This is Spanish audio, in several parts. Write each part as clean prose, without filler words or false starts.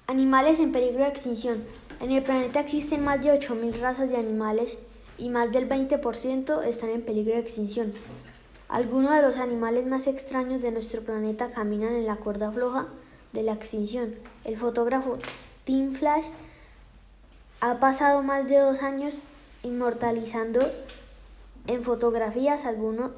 Animales en peligro de extinción. En el planeta existen más de 8.000 razas de animales y más del 20% están en peligro de extinción. Algunos de los animales más extraños de nuestro planeta caminan en la cuerda floja de la extinción. El fotógrafo Tim Flash ha pasado más de 2 años inmortalizando en fotografías algunos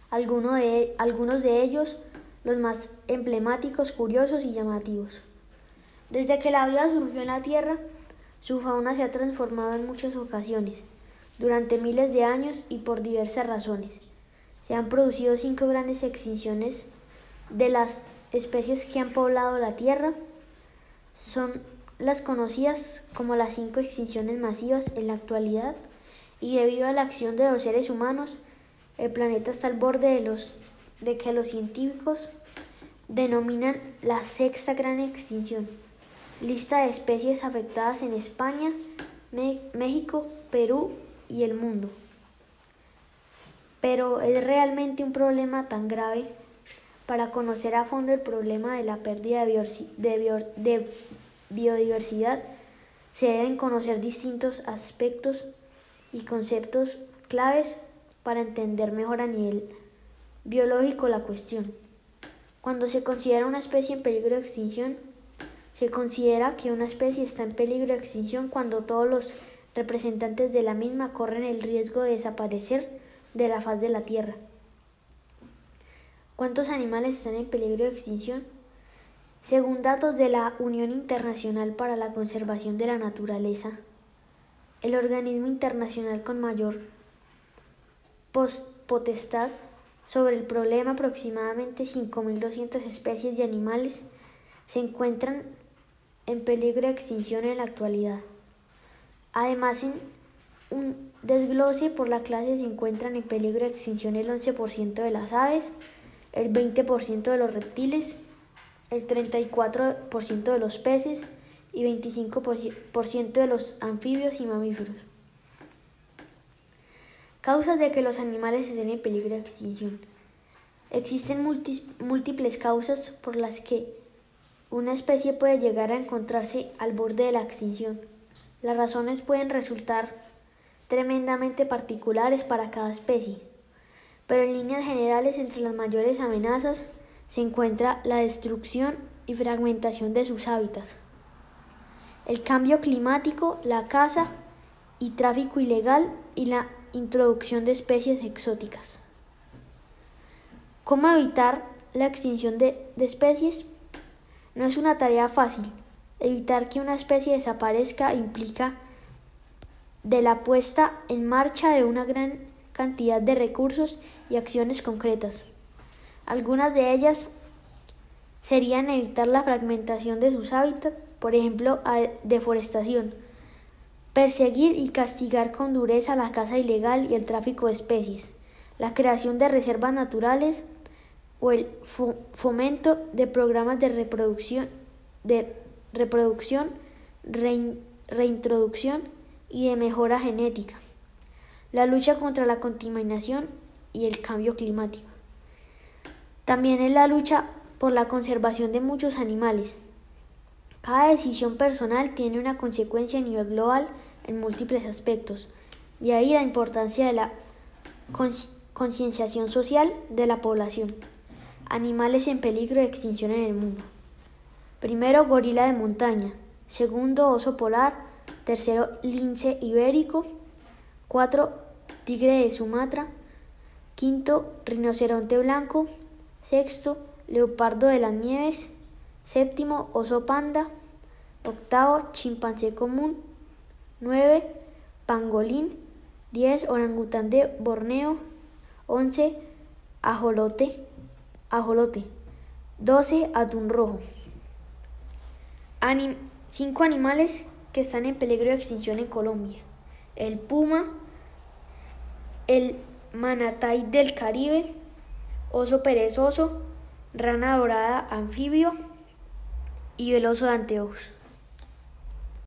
de ellos, los más emblemáticos, curiosos y llamativos. Desde que la vida surgió en la Tierra, su fauna se ha transformado en muchas ocasiones, durante miles de años y por diversas razones. Se han producido 5 grandes extinciones de las especies que han poblado la Tierra. Son las conocidas como las 5 extinciones masivas en la actualidad, y debido a la acción de los seres humanos, el planeta está al borde de que los científicos denominan la 6ª gran extinción. Lista de especies afectadas en España, México, Perú y el mundo. Pero ¿es realmente un problema tan grave? Para conocer a fondo el problema de la pérdida de biodiversidad, se deben conocer distintos aspectos y conceptos claves para entender mejor a nivel biológico la cuestión. Cuando se considera una especie en peligro de extinción, se considera que una especie está en peligro de extinción cuando todos los representantes de la misma corren el riesgo de desaparecer de la faz de la Tierra. ¿Cuántos animales están en peligro de extinción? Según datos de la Unión Internacional para la Conservación de la Naturaleza, el organismo internacional con mayor potestad sobre el problema, aproximadamente 5.200 especies de animales se encuentran en peligro de extinción en la actualidad. Además, en un desglose por la clase se encuentran en peligro de extinción el 11% de las aves, el 20% de los reptiles, el 34% de los peces y 25% de los anfibios y mamíferos. Causas de que los animales estén en peligro de extinción. Existen múltiples causas por las que una especie puede llegar a encontrarse al borde de la extinción. Las razones pueden resultar tremendamente particulares para cada especie, pero en líneas generales entre las mayores amenazas se encuentra la destrucción y fragmentación de sus hábitats, el cambio climático, la caza y tráfico ilegal y la introducción de especies exóticas. ¿Cómo evitar la extinción de especies? No es una tarea fácil. Evitar que una especie desaparezca implica de la puesta en marcha de una gran cantidad de recursos y acciones concretas. Algunas de ellas serían evitar la fragmentación de sus hábitats, por ejemplo, deforestación, perseguir y castigar con dureza la caza ilegal y el tráfico de especies, la creación de reservas naturales o el fomento de programas de reproducción, reintroducción y de mejora genética, la lucha contra la contaminación y el cambio climático. También es la lucha por la conservación de muchos animales. Cada decisión personal tiene una consecuencia a nivel global en múltiples aspectos, de ahí la importancia de la concienciación social de la población. Animales en peligro de extinción en el mundo. Primero, gorila de montaña. Segundo, oso polar. Tercero, lince ibérico. 4, tigre de Sumatra. Quinto, rinoceronte blanco. Sexto, leopardo de las nieves. Séptimo, oso panda. Octavo, chimpancé común. 9, pangolín. 10, orangután de Borneo. 11, ajolote. 12, atún rojo. 5 animales que están en peligro de extinción en Colombia: el puma, el manatí del Caribe, oso perezoso, rana dorada anfibio y el oso de anteojos.